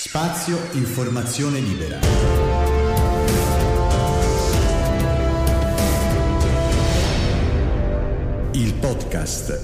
Spazio Informazione Libera. Il podcast.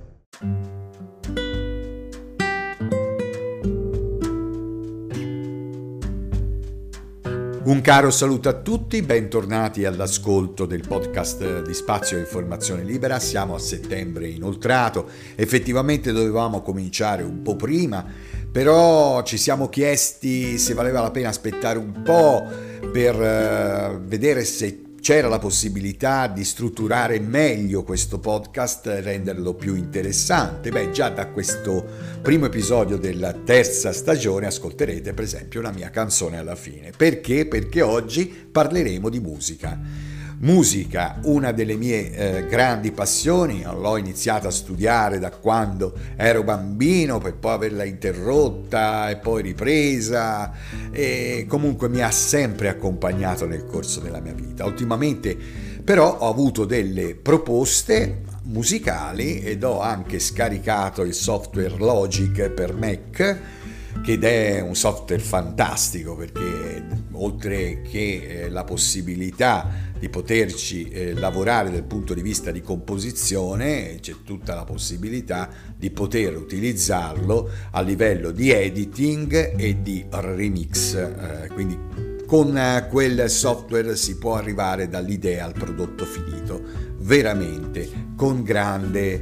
Un caro saluto a tutti, bentornati all'ascolto del podcast di Spazio Informazione Libera. Siamo a settembre inoltrato, effettivamente dovevamo cominciare un po' prima, però ci siamo chiesti se valeva la pena aspettare un po' per vedere se c'era la possibilità di strutturare meglio questo podcast e renderlo più interessante. Già da questo primo episodio della terza stagione ascolterete per esempio la mia canzone alla fine. Perché? Perché oggi parleremo di musica. Musica, una delle mie grandi passioni. L'ho iniziata a studiare da quando ero bambino, per poi averla interrotta e poi ripresa, e comunque mi ha sempre accompagnato nel corso della mia vita. Ultimamente però ho avuto delle proposte musicali ed ho anche scaricato il software Logic per Mac, che è un software fantastico perché oltre che la possibilità di poterci lavorare dal punto di vista di composizione, c'è tutta la possibilità di poter utilizzarlo a livello di editing e di remix, quindi con quel software si può arrivare dall'idea al prodotto finito veramente con grande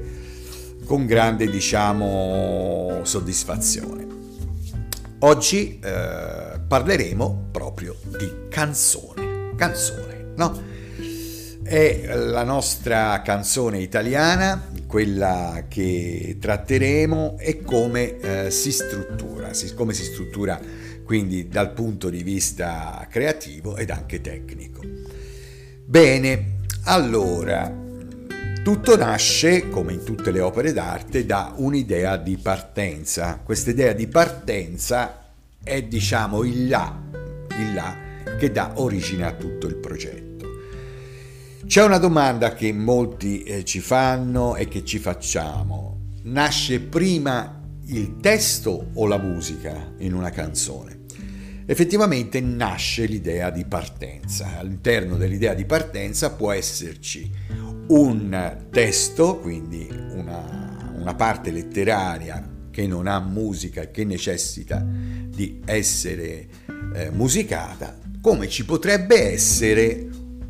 diciamo soddisfazione. Oggi parleremo proprio di canzone, no? È la nostra canzone italiana, quella che tratteremo, e come si struttura quindi dal punto di vista creativo ed anche tecnico. Bene, allora, tutto nasce, come in tutte le opere d'arte, da un'idea di partenza. Questa idea di partenza è, diciamo, il là che dà origine a tutto il progetto. C'è una domanda che molti ci fanno e che ci facciamo: nasce prima il testo o la musica in una canzone? Effettivamente nasce l'idea di partenza. All'interno dell'idea di partenza può esserci un testo, quindi una parte letteraria che non ha musica e che necessita di essere musicata, come ci potrebbe essere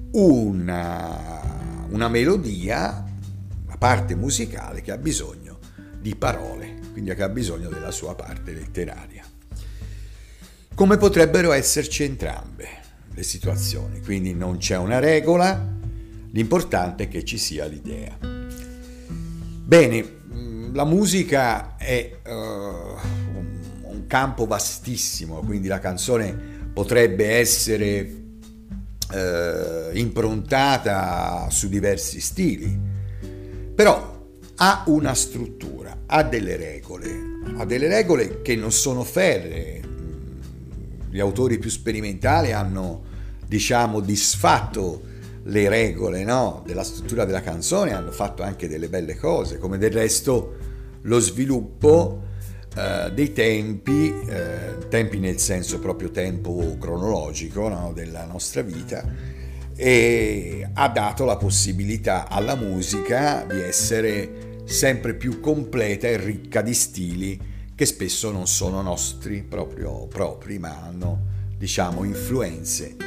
una melodia, una parte musicale che ha bisogno di parole, quindi che ha bisogno della sua parte letteraria. Come potrebbero esserci entrambe le situazioni, quindi non c'è una regola, l'importante è che ci sia l'idea. Bene, la musica è un campo vastissimo, quindi la canzone potrebbe essere improntata su diversi stili, però ha una struttura, ha delle regole che non sono ferree. Gli autori più sperimentali hanno, diciamo, disfatto le regole, no, della struttura della canzone, hanno fatto anche delle belle cose, come del resto lo sviluppo dei tempi nel senso proprio tempo cronologico, no, della nostra vita, e ha dato la possibilità alla musica di essere sempre più completa e ricca di stili che spesso non sono nostri propri, ma hanno, diciamo, influenze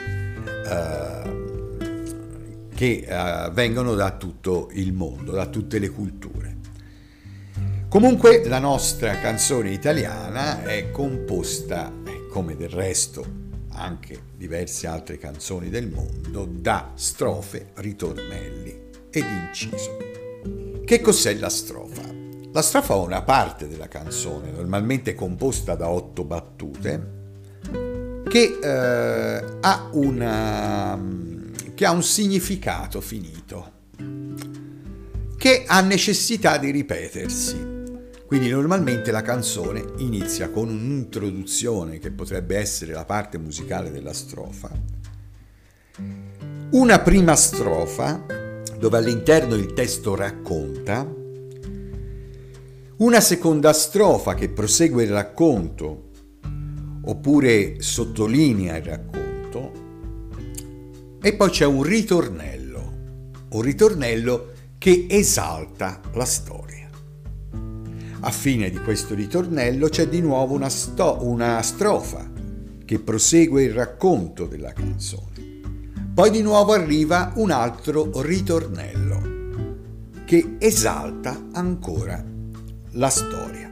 che vengono da tutto il mondo, da tutte le culture. Comunque la nostra canzone italiana è composta, come del resto anche diverse altre canzoni del mondo, da strofe, ritornelli ed inciso. Che cos'è la strofa? La strofa è una parte della canzone, normalmente composta da 8 battute, che ha un significato finito, che ha necessità di ripetersi. Quindi normalmente la canzone inizia con un'introduzione che potrebbe essere la parte musicale della strofa, una prima strofa dove all'interno il testo racconta, una seconda strofa che prosegue il racconto oppure sottolinea il racconto, e poi c'è un ritornello che esalta la storia. A fine di questo ritornello c'è di nuovo una strofa che prosegue il racconto della canzone. Poi di nuovo arriva un altro ritornello che esalta ancora la storia.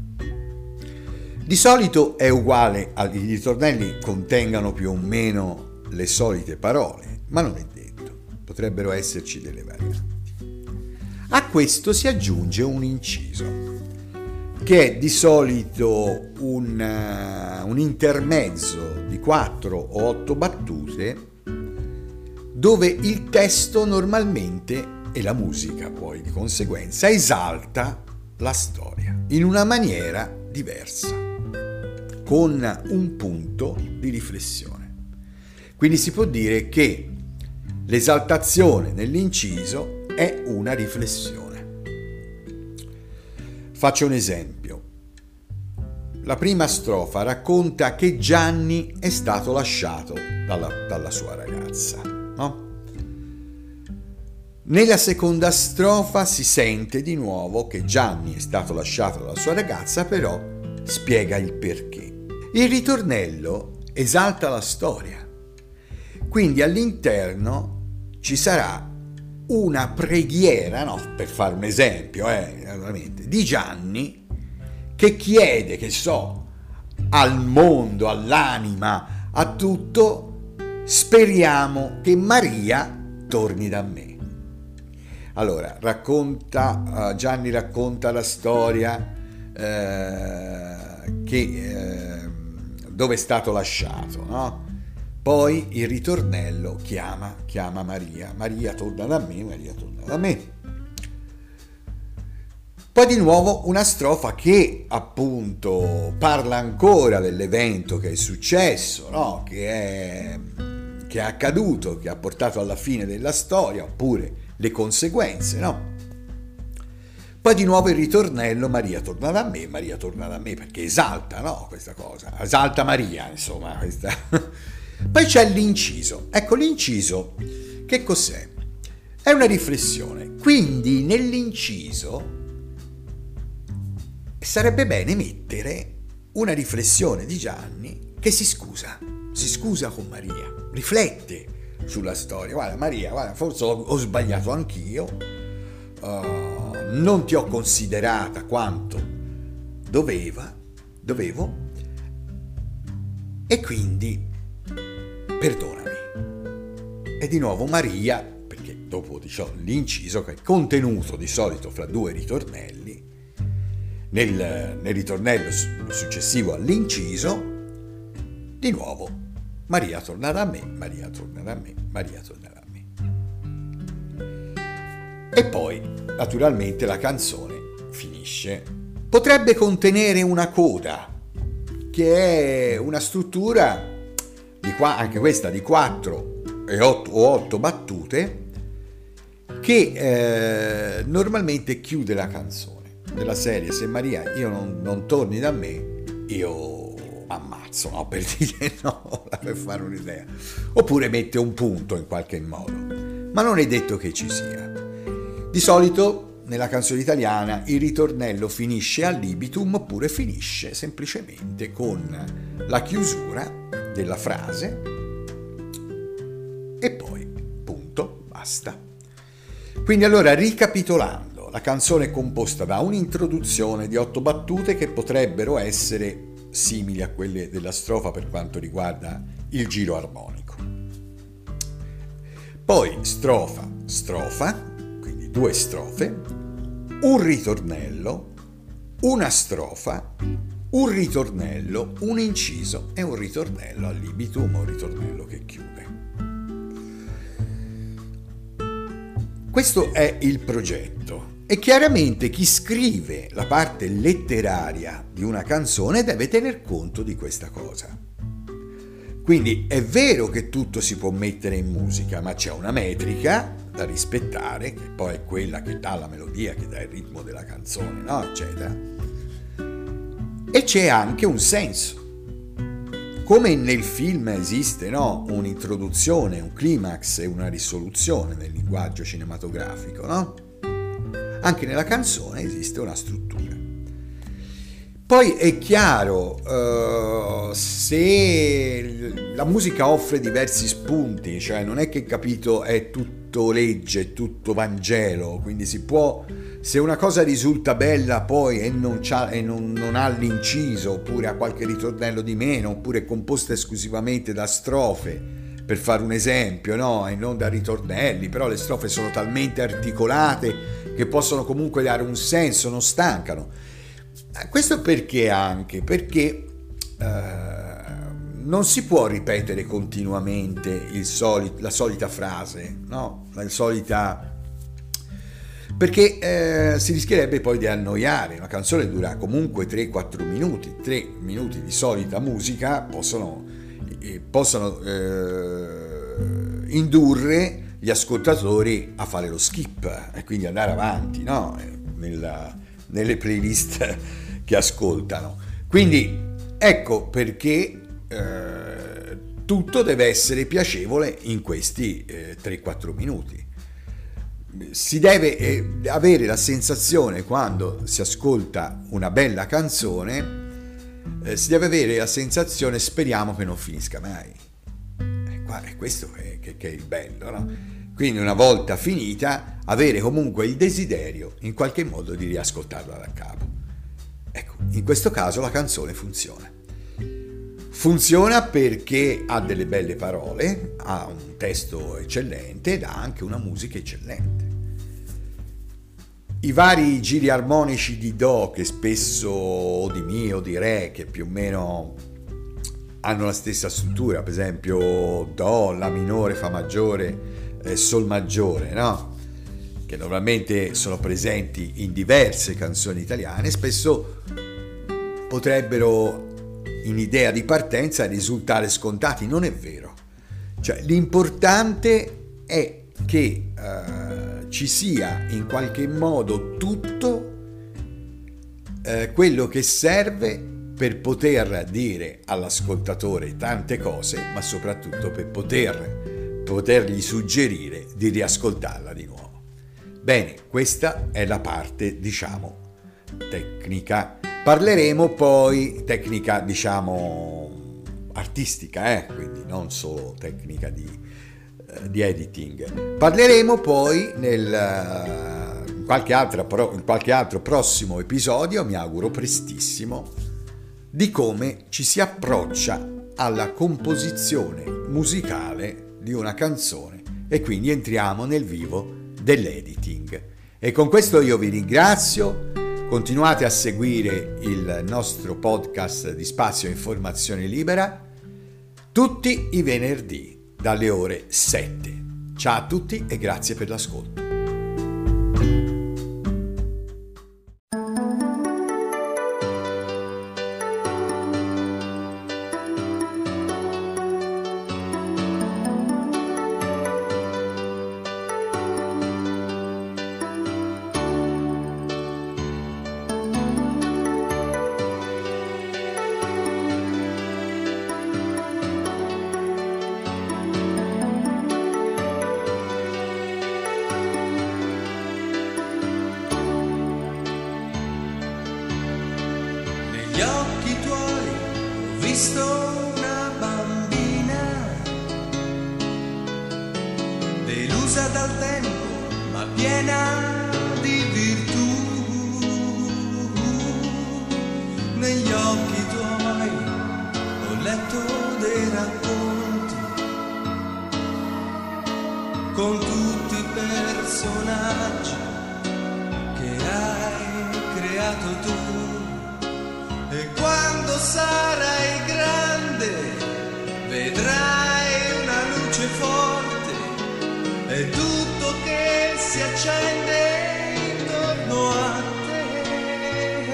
Di solito è uguale, i ritornelli contengano più o meno le solite parole, ma non è detto, potrebbero esserci delle varianti. A questo si aggiunge un inciso, che è di solito un intermezzo di 4 o 8 battute, dove il testo normalmente, e la musica poi di conseguenza, esalta la storia in una maniera diversa, con un punto di riflessione. Quindi si può dire che l'esaltazione nell'inciso è una riflessione. Faccio un esempio. La prima strofa racconta che Gianni è stato lasciato dalla sua ragazza, no? Nella seconda strofa si sente di nuovo che Gianni è stato lasciato dalla sua ragazza, però spiega il perché. Il ritornello esalta la storia, quindi all'interno ci sarà una preghiera, no, per fare un esempio, di Gianni, che chiede, al mondo, all'anima, a tutto: speriamo che Maria torni da me. Allora, Gianni racconta la storia dove è stato lasciato, no? Poi il ritornello chiama Maria. Maria torna da me, Maria torna da me. Poi di nuovo una strofa che appunto parla ancora dell'evento che è successo, no? Che è accaduto, che ha portato alla fine della storia, oppure le conseguenze, no? Poi di nuovo il ritornello: Maria torna da me, perché esalta, no? Questa cosa, esalta Maria, insomma, questa. Poi c'è l'inciso. Ecco, l'inciso che cos'è? È una riflessione. Quindi nell'inciso sarebbe bene mettere una riflessione di Gianni che si scusa con Maria, riflette sulla storia. Guarda Maria, forse ho sbagliato anch'io, non ti ho considerata quanto dovevo, e quindi perdonami. E di nuovo Maria, perché dopo l'inciso, che è contenuto di solito fra due ritornelli, nel ritornello successivo all'inciso, di nuovo: Maria torna da me, Maria torna da me, Maria torna da me. E poi, naturalmente, la canzone finisce. Potrebbe contenere una coda, che è una struttura anche questa di 4 o 8 battute, che normalmente chiude la canzone, della serie: se Maria non torni da me, io ammazzo, no? Per dire, no, per fare un'idea. Oppure mette un punto in qualche modo, ma non è detto che ci sia. Di solito nella canzone italiana il ritornello finisce al libitum, oppure finisce semplicemente con la chiusura della frase e poi punto, basta. Quindi allora, ricapitolando, la canzone è composta da un'introduzione di 8 battute che potrebbero essere simili a quelle della strofa per quanto riguarda il giro armonico. Poi strofa, quindi 2 strofe, un ritornello, una strofa, un ritornello, un inciso e un ritornello al libitum, un ritornello che chiude. Questo è il progetto, e chiaramente chi scrive la parte letteraria di una canzone deve tener conto di questa cosa. Quindi è vero che tutto si può mettere in musica, ma c'è una metrica da rispettare, che poi è quella che dà la melodia, che dà il ritmo della canzone, no? Eccetera. E c'è anche un senso. come nel film esiste, no? Un'introduzione, un climax e una risoluzione nel linguaggio cinematografico, no? Anche nella canzone esiste una struttura. Poi è chiaro, se la musica offre diversi spunti, cioè non è che, capito, è tutto legge, è tutto Vangelo, quindi si può, se una cosa risulta bella poi e non ha l'inciso, oppure ha qualche ritornello di meno, oppure è composta esclusivamente da strofe, per fare un esempio, no? E non da ritornelli, però le strofe sono talmente articolate che possono comunque dare un senso, non stancano. Questo perché anche? Perché non si può ripetere continuamente la solita frase, no? Perché si rischierebbe poi di annoiare. Una canzone dura comunque 3-4 minuti. 3 minuti di solita musica possono indurre gli ascoltatori a fare lo skip e quindi andare avanti, no? Nelle playlist che ascoltano. Quindi ecco perché tutto deve essere piacevole in questi 3-4 minuti. Si deve avere la sensazione, quando si ascolta una bella canzone, si deve avere la sensazione: speriamo che non finisca mai. È questo che è il bello, no? Quindi una volta finita avere comunque il desiderio in qualche modo di riascoltarla da capo. Ecco, in questo caso la canzone funziona. Funziona perché ha delle belle parole, ha un testo eccellente ed ha anche una musica eccellente. I vari giri armonici di Do, che spesso, o di Mi o di Re, che più o meno hanno la stessa struttura, per esempio Do, La minore, Fa maggiore, Sol maggiore, no? Che normalmente sono presenti in diverse canzoni italiane, spesso potrebbero, in idea di partenza, risultare scontati. Non è vero. Cioè, l'importante è che ci sia in qualche modo tutto quello che serve per poter dire all'ascoltatore tante cose, ma soprattutto per potergli suggerire di riascoltarla di nuovo. Bene, questa è la parte, diciamo, tecnica. Parleremo poi tecnica, diciamo, artistica, quindi non solo tecnica di editing. Parleremo poi in qualche altro prossimo episodio, mi auguro prestissimo, di come ci si approccia alla composizione musicale di una canzone, e quindi entriamo nel vivo dell'editing. E con questo io vi ringrazio. Continuate a seguire il nostro podcast di Spazio Informazione Libera tutti i venerdì dalle ore 7. Ciao a tutti e grazie per l'ascolto. Negli occhi tuoi ho visto una bambina, delusa dal tempo ma piena di virtù. Negli occhi tuoi ho letto dei racconti con tutti i personaggi che hai creato tu. E quando sarai grande vedrai una luce forte e tutto che si accende intorno a te.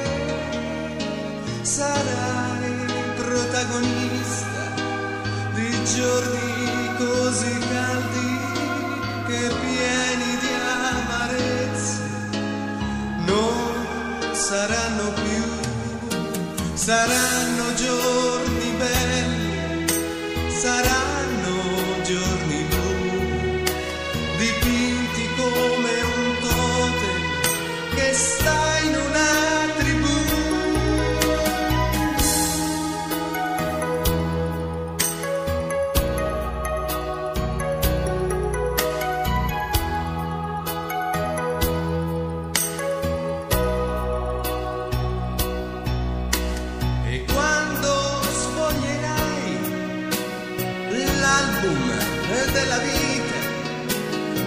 Sarai protagonista di giorni così caldi che pieni di amarezze non saranno più. Saranno giorni belli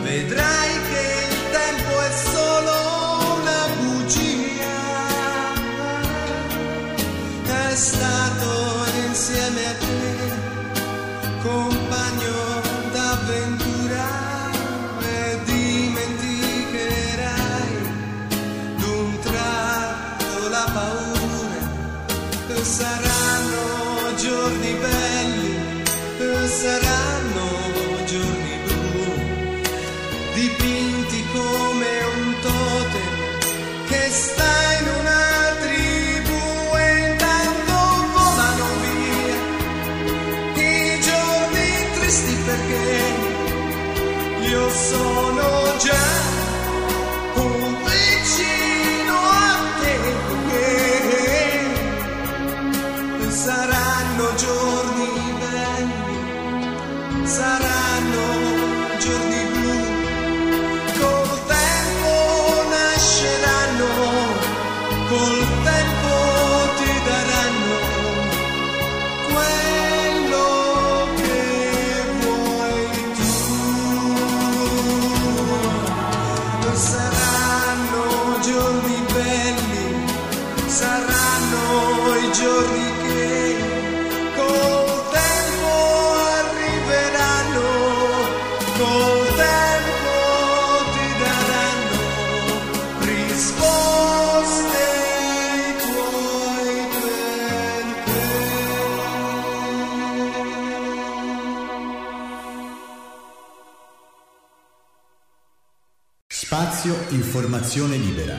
vedrai che il tempo è solo una bugia. È stato insieme a te compagno d'avventura e dimenticherai d'un tratto la paura. Saranno giorni belli, saranno giorni blu, dipinti come un totem che sta in una tribù, e intanto volano via i giorni tristi, perché io sono già un vicino a te. Saranno giorni belli, saranno giorni blu, col tempo nasceranno, col tempo ti daranno quello che vuoi tu. Saranno giorni belli, saranno i giorni che col tempo arriveranno, col tempo ti daranno risposte ai tuoi perché. Spazio Informazione Libera.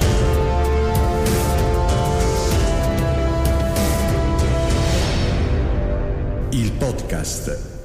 Il podcast